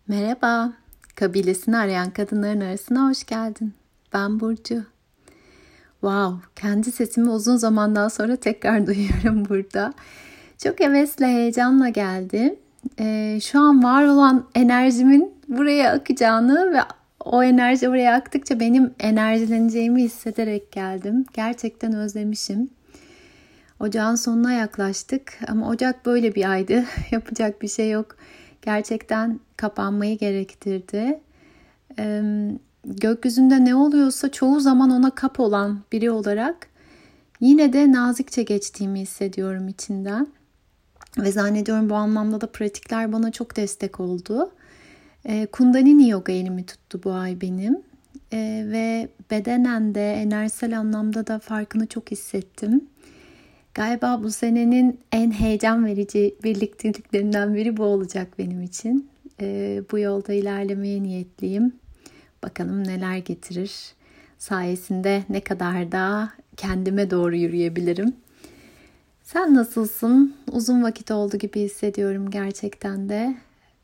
Merhaba, kabilesini arayan kadınların arasına hoş geldin. Ben Burcu. Wow, kendi sesimi uzun zamandan sonra tekrar duyuyorum burada. Çok hevesle, heyecanla geldim. Şu an var olan enerjimin buraya akacağını ve o enerji oraya aktıkça benim enerjileneceğimi hissederek geldim. Gerçekten özlemişim. Ocağın sonuna yaklaştık ama Ocak böyle bir aydı. Yapacak bir şey yok. Gerçekten kapanmayı gerektirdi. Gökyüzünde ne oluyorsa çoğu zaman ona kap olan biri olarak yine de nazikçe geçtiğimi hissediyorum içinden. Ve zannediyorum bu anlamda da pratikler bana çok destek oldu. Kundalini yoga elimi tuttu bu ay benim. Ve bedenen de enerjisel anlamda da farkını çok hissettim. Galiba bu senenin en heyecan verici birlikteliklerinden biri bu olacak benim için. Bu yolda ilerlemeye niyetliyim. Bakalım neler getirir. Sayesinde ne kadar daha kendime doğru yürüyebilirim. Sen nasılsın? Uzun vakit oldu gibi hissediyorum gerçekten de.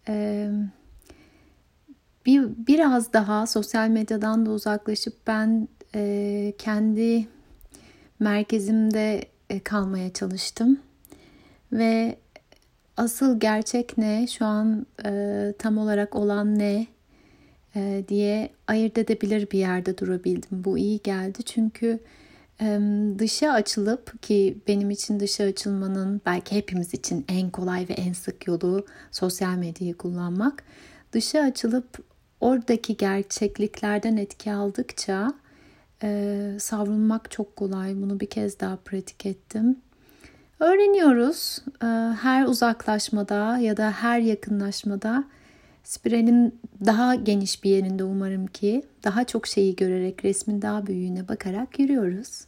Biraz daha sosyal medyadan da uzaklaşıp ben kendi merkezimde kalmaya çalıştım. Ve asıl gerçek ne, şu an tam olarak olan ne diye ayırt edebilir bir yerde durabildim. Bu iyi geldi çünkü dışa açılıp, ki benim için dışa açılmanın belki hepimiz için en kolay ve en sık yolu sosyal medyayı kullanmak. Dışa açılıp oradaki gerçekliklerden etki aldıkça savrulmak çok kolay. Bunu bir kez daha pratik ettim. Öğreniyoruz. Her uzaklaşmada ya da her yakınlaşmada spiralin daha geniş bir yerinde umarım ki daha çok şeyi görerek, resmin daha büyüğüne bakarak yürüyoruz.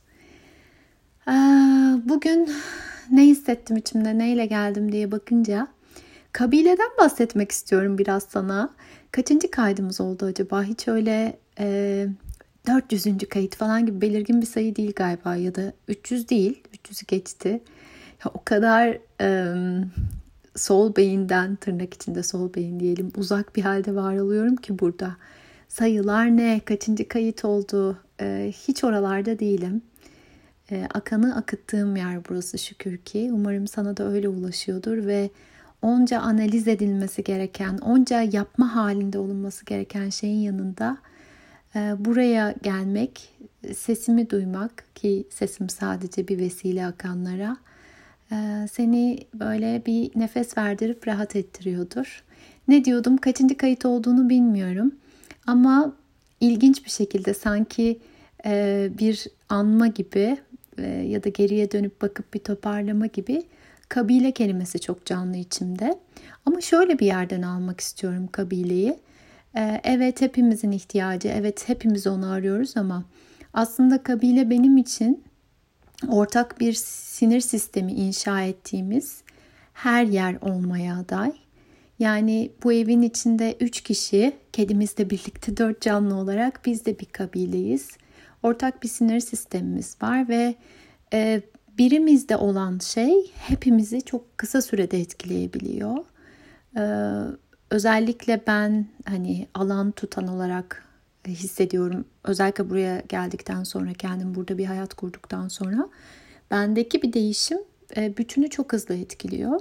Bugün ne hissettim içimde, neyle geldim diye bakınca kabileden bahsetmek istiyorum biraz sana. Kaçıncı kaydımız oldu acaba? Hiç öyle 400. kayıt falan gibi belirgin bir sayı değil galiba, ya da 300 değil, 300'ü geçti. Ya o kadar sol beyinden, tırnak içinde sol beyin diyelim, uzak bir halde var oluyorum ki burada. Sayılar ne, kaçıncı kayıt oldu, hiç oralarda değilim. Akanı akıttığım yer burası şükür ki. Umarım sana da öyle ulaşıyordur ve onca analiz edilmesi gereken, onca yapma halinde olunması gereken şeyin yanında buraya gelmek, sesimi duymak, ki sesim sadece bir vesile akanlara, seni böyle bir nefes verdirip rahat ettiriyordur. Ne diyordum? Kaçıncı kayıt olduğunu bilmiyorum. Ama ilginç bir şekilde sanki bir anma gibi ya da geriye dönüp bakıp bir toparlama gibi kabile kelimesi çok canlı içimde. Ama şöyle bir yerden almak istiyorum kabileyi. Evet, hepimizin ihtiyacı, evet hepimiz onu arıyoruz ama aslında kabile benim için ortak bir sinir sistemi inşa ettiğimiz her yer olmaya aday. Yani bu evin içinde 3 kişi, kedimizle birlikte 4 canlı olarak biz de bir kabileyiz. Ortak bir sinir sistemimiz var ve birimizde olan şey hepimizi çok kısa sürede etkileyebiliyor. Özellikle ben hani alan tutan olarak hissediyorum. Özellikle buraya geldikten sonra, kendim burada bir hayat kurduktan sonra bendeki bir değişim bütünü çok hızlı etkiliyor.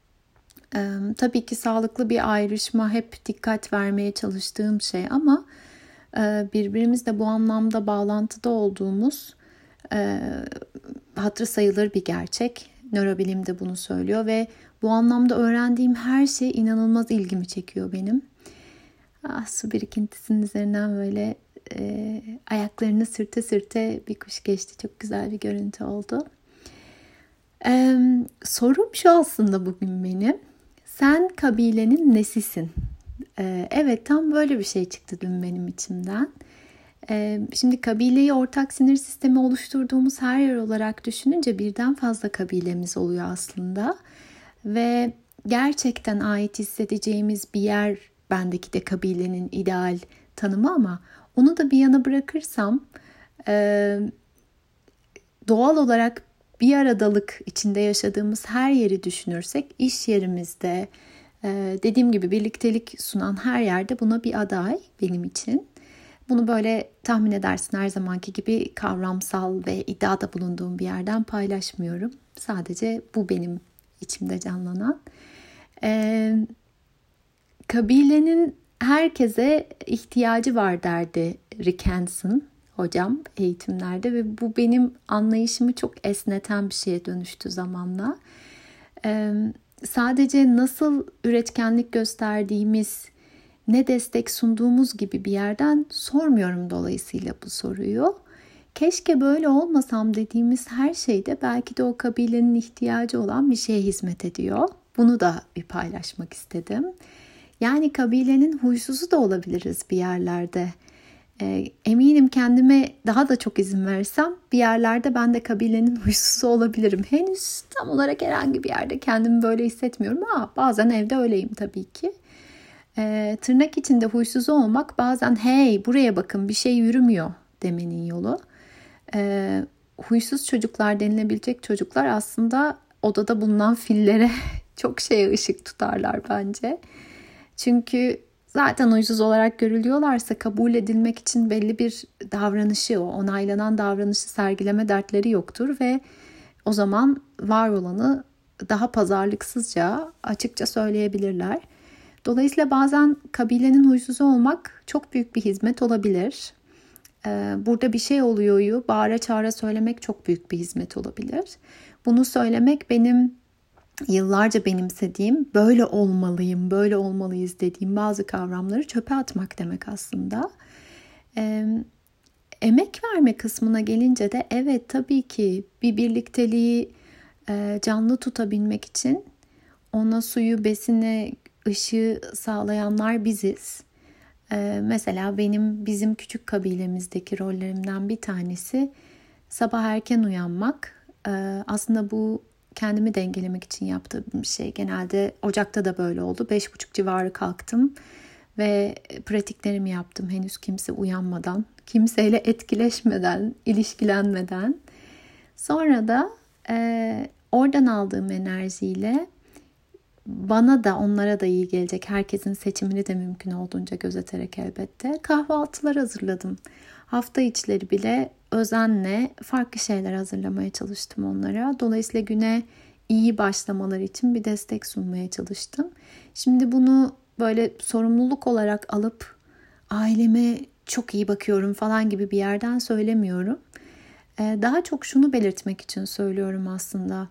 Tabii ki sağlıklı bir ayrışma hep dikkat vermeye çalıştığım şey ama birbirimizle bu anlamda bağlantıda olduğumuz hatırı sayılır bir gerçek. Nörobilim de bunu söylüyor ve bu anlamda öğrendiğim her şey inanılmaz ilgimi çekiyor benim. Su birikintisinin üzerinden böyle ayaklarını sürte sürte bir kuş geçti. Çok güzel bir görüntü oldu. Sorum şu aslında bugün benim. Sen kabilenin nesisin? Evet, tam böyle bir şey çıktı dün benim içimden. Şimdi kabileyi ortak sinir sistemi oluşturduğumuz her yer olarak düşününce birden fazla kabilemiz oluyor aslında. Ve gerçekten ait hissedeceğimiz bir yer bendeki de kabilenin ideal tanımı, ama onu da bir yana bırakırsam doğal olarak bir aradalık içinde yaşadığımız her yeri düşünürsek, iş yerimizde, Dediğim gibi birliktelik sunan her yerde buna bir aday benim için. Bunu böyle tahmin edersin her zamanki gibi kavramsal ve iddiada bulunduğum bir yerden paylaşmıyorum. Sadece bu benim içimde canlanan. Kabilenin herkese ihtiyacı var derdi Rick Hanson hocam eğitimlerde ve bu benim anlayışımı çok esneten bir şeye dönüştü zamanla. Sadece nasıl üretkenlik gösterdiğimiz, ne destek sunduğumuz gibi bir yerden sormuyorum dolayısıyla bu soruyu. Keşke böyle olmasam dediğimiz her şeyde belki de o kabilenin ihtiyacı olan bir şeye hizmet ediyor. Bunu da bir paylaşmak istedim. Yani kabilenin huysuzu da olabiliriz bir yerlerde. Eminim kendime daha da çok izin versem bir yerlerde ben de kabilenin huysuzu olabilirim. Henüz tam olarak herhangi bir yerde kendimi böyle hissetmiyorum ama bazen evde öyleyim tabii ki. Tırnak içinde huysuzu olmak bazen hey buraya bakın bir şey yürümüyor demenin yolu. Huysuz çocuklar denilebilecek çocuklar aslında odada bulunan fillere çok şeye ışık tutarlar bence. Çünkü zaten huysuz olarak görülüyorlarsa kabul edilmek için belli bir davranışı, o onaylanan davranışı sergileme dertleri yoktur ve o zaman var olanı daha pazarlıksızca açıkça söyleyebilirler. Dolayısıyla bazen kabilenin huysuzu olmak çok büyük bir hizmet olabilir. Burada bir şey oluyor'yu bağıra çağıra söylemek çok büyük bir hizmet olabilir. Bunu söylemek benim yıllarca benimsediğim, böyle olmalıyım, böyle olmalıyız dediğim bazı kavramları çöpe atmak demek aslında. Emek verme kısmına gelince de evet tabii ki bir birlikteliği canlı tutabilmek için ona suyu, besini, ışığı sağlayanlar biziz. Mesela bizim küçük kabilemizdeki rollerimden bir tanesi sabah erken uyanmak. Aslında bu kendimi dengelemek için yaptığım bir şey. Genelde Ocak'ta da böyle oldu. 5.30 civarı kalktım ve pratiklerimi yaptım. Henüz kimse uyanmadan, kimseyle etkileşmeden, ilişkilenmeden. Sonra da oradan aldığım enerjiyle bana da onlara da iyi gelecek. Herkesin seçimini de mümkün olduğunca gözeterek elbette. Kahvaltılar hazırladım. Hafta içleri bile özenle farklı şeyler hazırlamaya çalıştım onlara. Dolayısıyla güne iyi başlamaları için bir destek sunmaya çalıştım. Şimdi bunu böyle sorumluluk olarak alıp aileme çok iyi bakıyorum falan gibi bir yerden söylemiyorum. Daha çok şunu belirtmek için söylüyorum aslında.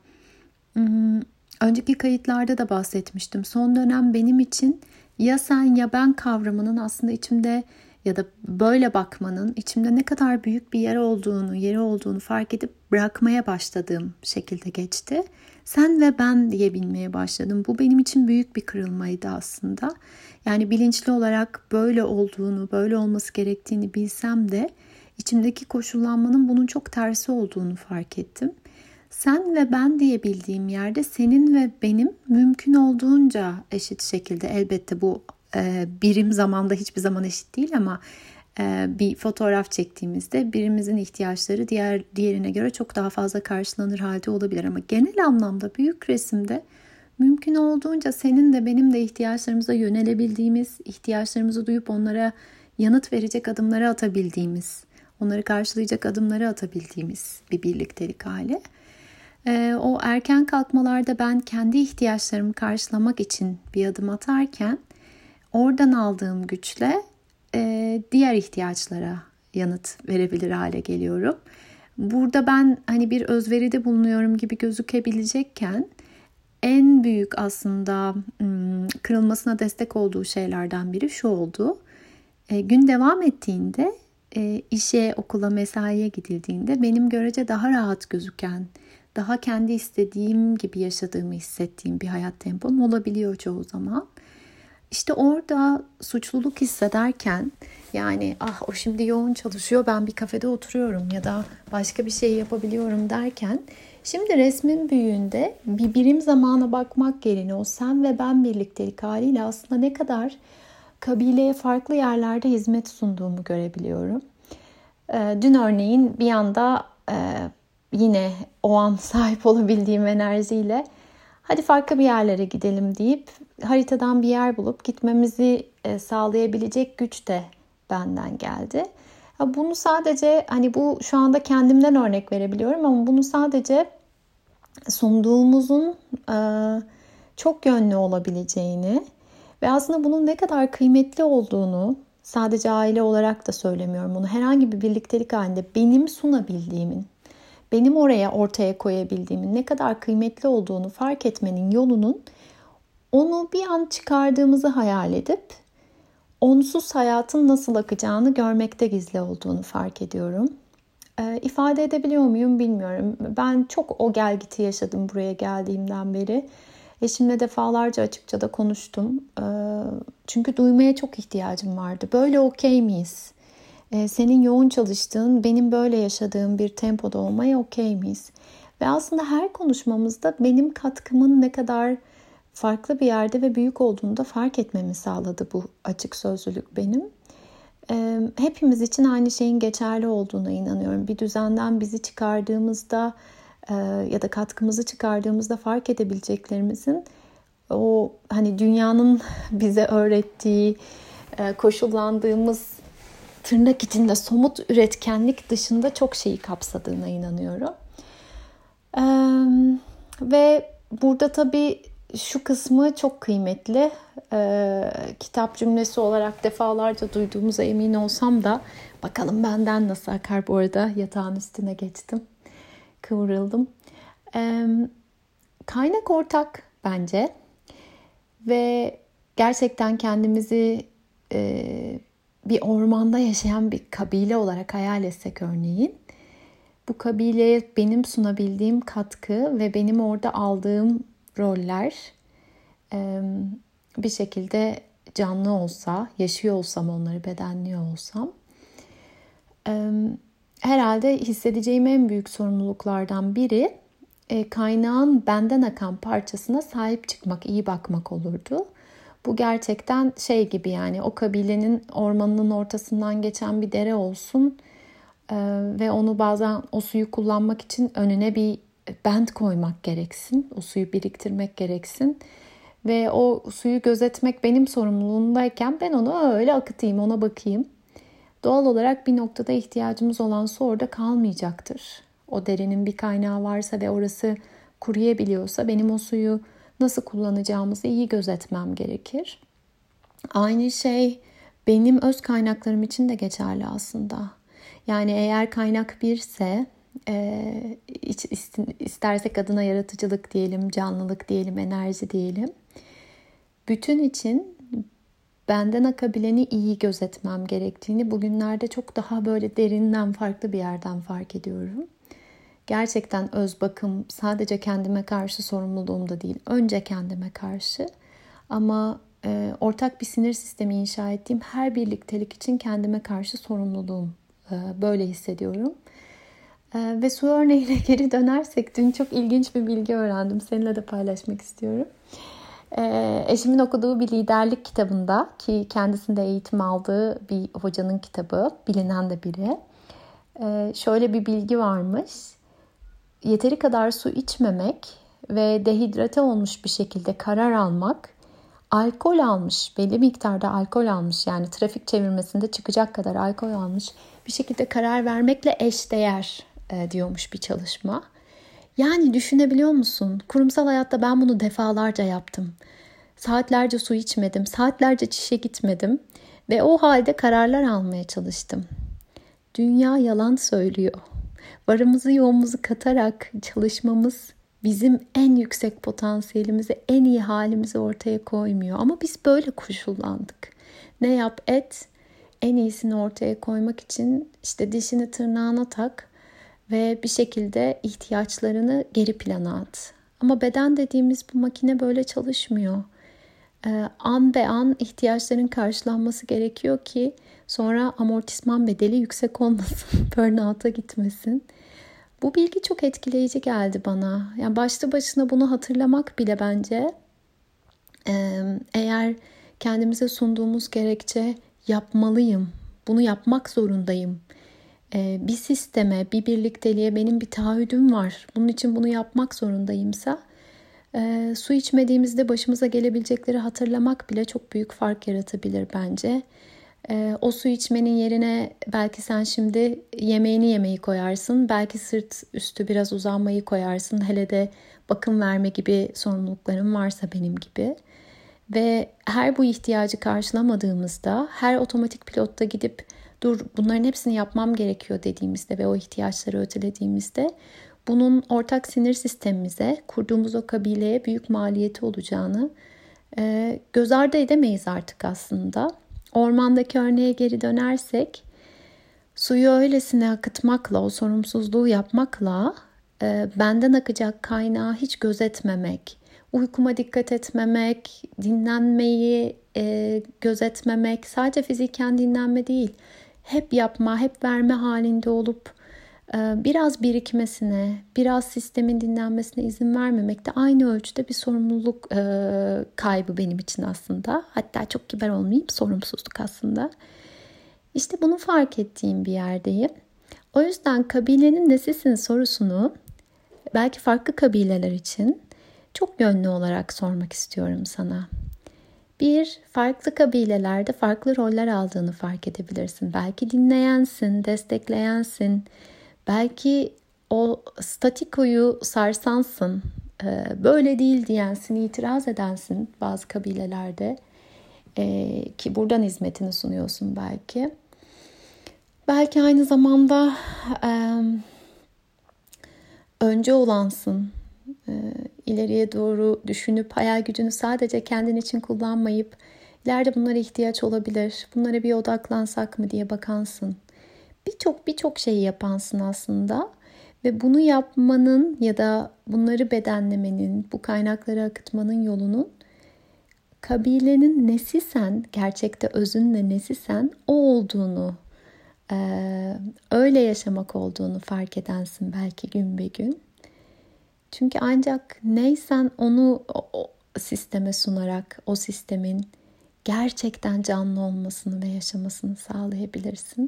Önceki kayıtlarda da bahsetmiştim. Son dönem benim için ya sen ya ben kavramının aslında içimde ya da böyle bakmanın içimde ne kadar büyük bir yeri olduğunu fark edip bırakmaya başladığım şekilde geçti. Sen ve ben diyebilmeye başladım. Bu benim için büyük bir kırılmaydı aslında. Yani bilinçli olarak böyle olduğunu, böyle olması gerektiğini bilsem de içimdeki koşullanmanın bunun çok tersi olduğunu fark ettim. Sen ve ben diyebildiğim yerde senin ve benim mümkün olduğunca eşit şekilde, elbette bu birim zamanda hiçbir zaman eşit değil ama bir fotoğraf çektiğimizde birimizin ihtiyaçları diğerine göre çok daha fazla karşılanır halde olabilir. Ama genel anlamda büyük resimde mümkün olduğunca senin de benim de ihtiyaçlarımıza yönelebildiğimiz, ihtiyaçlarımızı duyup onlara yanıt verecek adımları atabildiğimiz, onları karşılayacak adımları atabildiğimiz bir birliktelik hali. O erken kalkmalarda ben kendi ihtiyaçlarımı karşılamak için bir adım atarken oradan aldığım güçle diğer ihtiyaçlara yanıt verebilir hale geliyorum. Burada ben hani bir özveride bulunuyorum gibi gözükebilecekken en büyük aslında kırılmasına destek olduğu şeylerden biri şu oldu. Gün devam ettiğinde işe, okula, mesaiye gidildiğinde benim görece daha rahat gözüken, daha kendi istediğim gibi yaşadığımı hissettiğim bir hayat tempom olabiliyor çoğu zaman. İşte orada suçluluk hissederken yani o şimdi yoğun çalışıyor ben bir kafede oturuyorum ya da başka bir şey yapabiliyorum derken şimdi resmin büyüğünde bir birim zamana bakmak yerine o sen ve ben birliktelik haliyle aslında ne kadar kabileye farklı yerlerde hizmet sunduğumu görebiliyorum. Dün örneğin bir anda yine o an sahip olabildiğim enerjiyle hadi farklı bir yerlere gidelim deyip haritadan bir yer bulup gitmemizi sağlayabilecek güç de benden geldi. Bunu sadece hani bu şu anda kendimden örnek verebiliyorum ama bunu sadece sunduğumuzun çok yönlü olabileceğini ve aslında bunun ne kadar kıymetli olduğunu sadece aile olarak da söylemiyorum bunu. Herhangi bir birliktelik halinde benim sunabildiğimin, benim ortaya koyabildiğimin ne kadar kıymetli olduğunu fark etmenin yolunun onu bir an çıkardığımızı hayal edip onsuz hayatın nasıl akacağını görmekte gizli olduğunu fark ediyorum. İfade edebiliyor muyum bilmiyorum. Ben çok o gelgiti yaşadım buraya geldiğimden beri. Eşimle defalarca açıkça da konuştum. Çünkü duymaya çok ihtiyacım vardı. Böyle okey miyiz? Senin yoğun çalıştığın, benim böyle yaşadığım bir tempoda olmaya okey miyiz? Ve aslında her konuşmamızda benim katkımın ne kadar farklı bir yerde ve büyük olduğunu da fark etmemi sağladı bu açık sözlülük benim. Hepimiz için aynı şeyin geçerli olduğuna inanıyorum. Bir düzenden bizi çıkardığımızda ya da katkımızı çıkardığımızda fark edebileceklerimizin o hani dünyanın bize öğrettiği koşullandığımız tırnak içinde somut üretkenlik dışında çok şeyi kapsadığına inanıyorum. Ve burada tabii şu kısmı çok kıymetli. Kitap cümlesi olarak defalarca duyduğumuza emin olsam da bakalım benden nasıl akar. Bu arada yatağın üstüne geçtim. Kıvrıldım. Kaynak ortak bence. Ve gerçekten kendimizi bir ormanda yaşayan bir kabile olarak hayal etsek örneğin. Bu kabileye benim sunabildiğim katkı ve benim orada aldığım roller bir şekilde canlı olsa, yaşıyor olsam, onları bedenliyor olsam herhalde hissedeceğim en büyük sorumluluklardan biri kaynağın benden akan parçasına sahip çıkmak, iyi bakmak olurdu. Bu gerçekten şey gibi, yani o kabilenin ormanının ortasından geçen bir dere olsun ve onu bazen o suyu kullanmak için önüne bir bend koymak gereksin. O suyu biriktirmek gereksin. Ve o suyu gözetmek benim sorumluluğumdayken ben onu öyle akıtayım, ona bakayım. Doğal olarak bir noktada ihtiyacımız olan su orada kalmayacaktır. O derenin bir kaynağı varsa ve orası kuruyabiliyorsa benim o suyu nasıl kullanacağımızı iyi gözetmem gerekir. Aynı şey benim öz kaynaklarım için de geçerli aslında. Yani eğer kaynak birse, istersek adına yaratıcılık diyelim, canlılık diyelim, enerji diyelim. Bütün için benden akabileni iyi gözetmem gerektiğini bugünlerde çok daha böyle derinden, farklı bir yerden fark ediyorum. Gerçekten öz bakım sadece kendime karşı sorumluluğum da değil. Önce kendime karşı. Ama ortak bir sinir sistemi inşa ettiğim her birliktelik için kendime karşı sorumluluğum. Böyle hissediyorum. Ve su örneğine geri dönersek dün çok ilginç bir bilgi öğrendim. Seninle de paylaşmak istiyorum. Eşimin okuduğu bir liderlik kitabında, ki kendisinde eğitim aldığı bir hocanın kitabı, bilinen de biri. Şöyle bir bilgi varmış. Yeteri kadar su içmemek ve dehidrate olmuş bir şekilde karar almak, alkol almış, belli miktarda alkol almış, yani trafik çevirmesinde çıkacak kadar alkol almış bir şekilde karar vermekle eşdeğer diyormuş bir çalışma. Yani düşünebiliyor musun? Kurumsal hayatta ben bunu defalarca yaptım. Saatlerce su içmedim, saatlerce çişe gitmedim ve o halde kararlar almaya çalıştım. Dünya yalan söylüyor. Varımızı yoğumuzu katarak çalışmamız bizim en yüksek potansiyelimizi, en iyi halimizi ortaya koymuyor. Ama biz böyle koşullandık. Ne yap et, en iyisini ortaya koymak için işte dişini tırnağına tak ve bir şekilde ihtiyaçlarını geri plana at. Ama beden dediğimiz bu makine böyle çalışmıyor. An be an ihtiyaçların karşılanması gerekiyor ki sonra amortisman bedeli yüksek olmasın, burnout'a gitmesin. Bu bilgi çok etkileyici geldi bana. Yani başlı başına bunu hatırlamak bile bence eğer kendimize sunduğumuz gerekçe yapmalıyım, bunu yapmak zorundayım, bir sisteme, bir birlikteliğe benim bir taahhüdüm var, bunun için bunu yapmak zorundayımsa Su içmediğimizde başımıza gelebilecekleri hatırlamak bile çok büyük fark yaratabilir bence. O su içmenin yerine belki sen şimdi yemeğini yemeyi koyarsın. Belki sırt üstü biraz uzanmayı koyarsın. Hele de bakım verme gibi sorumlulukların varsa benim gibi. Ve her bu ihtiyacı karşılamadığımızda, her otomatik pilotta gidip dur bunların hepsini yapmam gerekiyor dediğimizde ve o ihtiyaçları ötelediğimizde bunun ortak sinir sistemimize, kurduğumuz o kabileye büyük maliyeti olacağını göz ardı edemeyiz artık aslında. Ormandaki örneğe geri dönersek, suyu öylesine akıtmakla, o sorumsuzluğu yapmakla benden akacak kaynağı hiç gözetmemek, uykuma dikkat etmemek, dinlenmeyi gözetmemek, sadece fiziken dinlenme değil, hep yapma, hep verme halinde olup biraz birikmesine, biraz sistemin dinlenmesine izin vermemek de aynı ölçüde bir sorumluluk kaybı benim için aslında. Hatta çok kibar olmayayım, sorumsuzluk aslında. İşte bunu fark ettiğim bir yerdeyim. O yüzden kabilenin nesisin sorusunu belki farklı kabileler için çok yönlü olarak sormak istiyorum sana. Bir, farklı kabilelerde farklı roller aldığını fark edebilirsin. Belki dinleyensin, destekleyensin. Belki o statikoyu sarsansın. Böyle değil diyensin, itiraz edensin bazı kabilelerde. Ki buradan hizmetini sunuyorsun belki. Belki aynı zamanda önce olansın. İleriye doğru düşünüp hayal gücünü sadece kendin için kullanmayıp ileride bunlara ihtiyaç olabilir, bunlara bir odaklansak mı diye bakansın. Birçok şeyi yapansın aslında ve bunu yapmanın ya da bunları bedenlemenin, bu kaynakları akıtmanın yolunun kabilenin nesi sen, gerçekte özünle nesi sen o olduğunu, öyle yaşamak olduğunu fark edensin belki gün be gün. Çünkü ancak neysen onu o sisteme sunarak o sistemin gerçekten canlı olmasını ve yaşamasını sağlayabilirsin.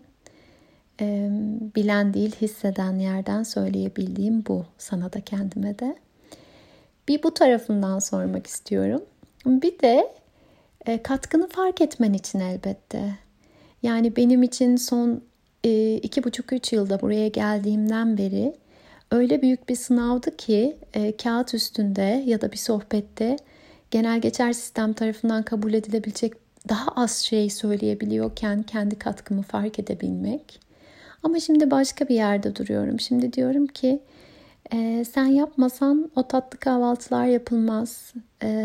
Bilen değil, hisseden yerden söyleyebildiğim bu sana da kendime de. Bir bu tarafından sormak istiyorum. Bir de katkını fark etmen için elbette. Yani benim için son 2,5-3 yılda buraya geldiğimden beri öyle büyük bir sınavdı ki kağıt üstünde ya da bir sohbette genel geçer sistem tarafından kabul edilebilecek daha az şey söyleyebiliyorken kendi katkımı fark edebilmek. Ama şimdi başka bir yerde duruyorum. Şimdi diyorum ki sen yapmasan o tatlı kahvaltılar yapılmaz.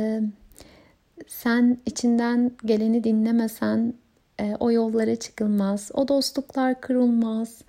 Sen içinden geleni dinlemesen o yollara çıkılmaz. O dostluklar kırılmaz.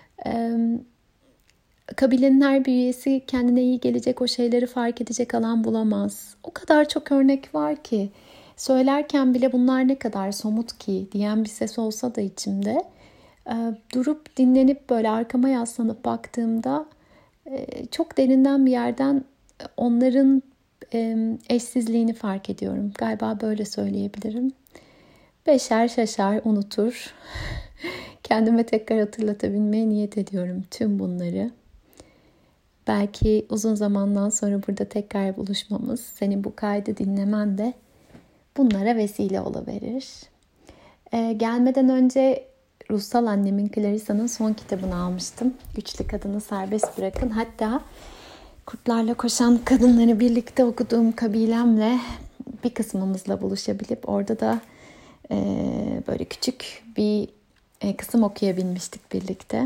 Kabilenin her bir üyesi kendine iyi gelecek o şeyleri fark edecek alan bulamaz. O kadar çok örnek var ki söylerken bile bunlar ne kadar somut ki diyen bir ses olsa da içimde durup dinlenip böyle arkama yaslanıp baktığımda çok derinden bir yerden onların eşsizliğini fark ediyorum. Galiba böyle söyleyebilirim. Beşer şaşar unutur. Kendime tekrar hatırlatabilmeye niyet ediyorum tüm bunları. Belki uzun zamandan sonra burada tekrar buluşmamız, senin bu kaydı dinlemen de bunlara vesile oluverir. Gelmeden önce Ruhsal Annemin Clarissa'nın son kitabını almıştım. Güçlü Kadını Serbest Bırakın. Hatta Kurtlarla Koşan Kadınları birlikte okuduğum kabilemle bir kısmımızla buluşabilip orada da böyle küçük bir kısım okuyabilmiştik birlikte.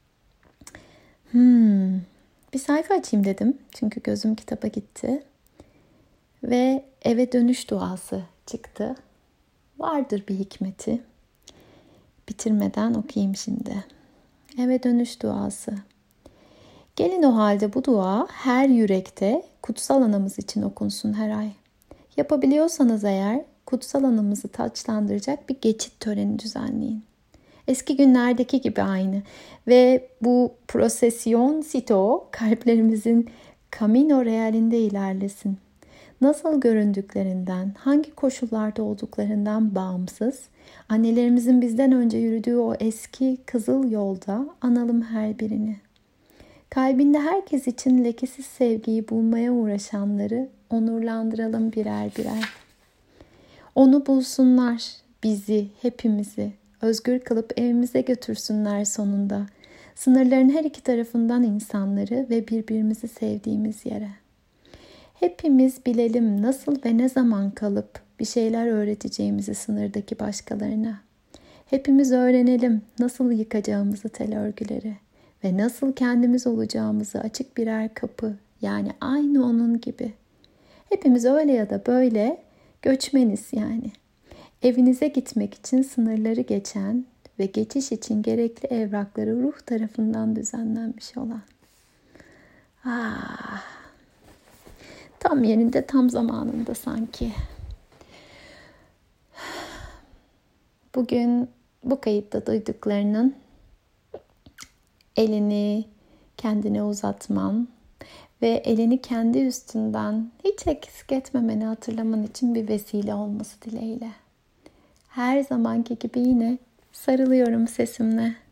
Bir sayfa açayım dedim. Çünkü gözüm kitaba gitti. Ve eve dönüş duası çıktı. Vardır bir hikmeti. Bitirmeden okuyayım şimdi. Eve dönüş duası. Gelin o halde bu dua her yürekte kutsal anamız için okunsun her ay. Yapabiliyorsanız eğer kutsal anamızı taçlandıracak bir geçit töreni düzenleyin. Eski günlerdeki gibi aynı. Ve bu prosesyon sito kalplerimizin Camino Real'inde ilerlesin. Nasıl göründüklerinden, hangi koşullarda olduklarından bağımsız, annelerimizin bizden önce yürüdüğü o eski kızıl yolda analım her birini. Kalbinde herkes için lekesiz sevgiyi bulmaya uğraşanları onurlandıralım birer birer. Onu bulsunlar, bizi, hepimizi özgür kılıp evimize götürsünler sonunda. Sınırların her iki tarafından insanları ve birbirimizi sevdiğimiz yere. Hepimiz bilelim nasıl ve ne zaman kalıp bir şeyler öğreteceğimizi sınırdaki başkalarına. Hepimiz öğrenelim nasıl yıkacağımızı tel örgüleri ve nasıl kendimiz olacağımızı açık birer kapı, yani aynı onun gibi. Hepimiz öyle ya da böyle göçmeniz yani. Evinize gitmek için sınırları geçen ve geçiş için gerekli evrakları ruh tarafından düzenlenmiş olan. Tam yerinde, tam zamanında sanki. Bugün bu kayıtta duyduklarının elini kendine uzatman ve elini kendi üstünden hiç eksik etmemeni hatırlaman için bir vesile olması dileğiyle. Her zamanki gibi yine sarılıyorum sesimle.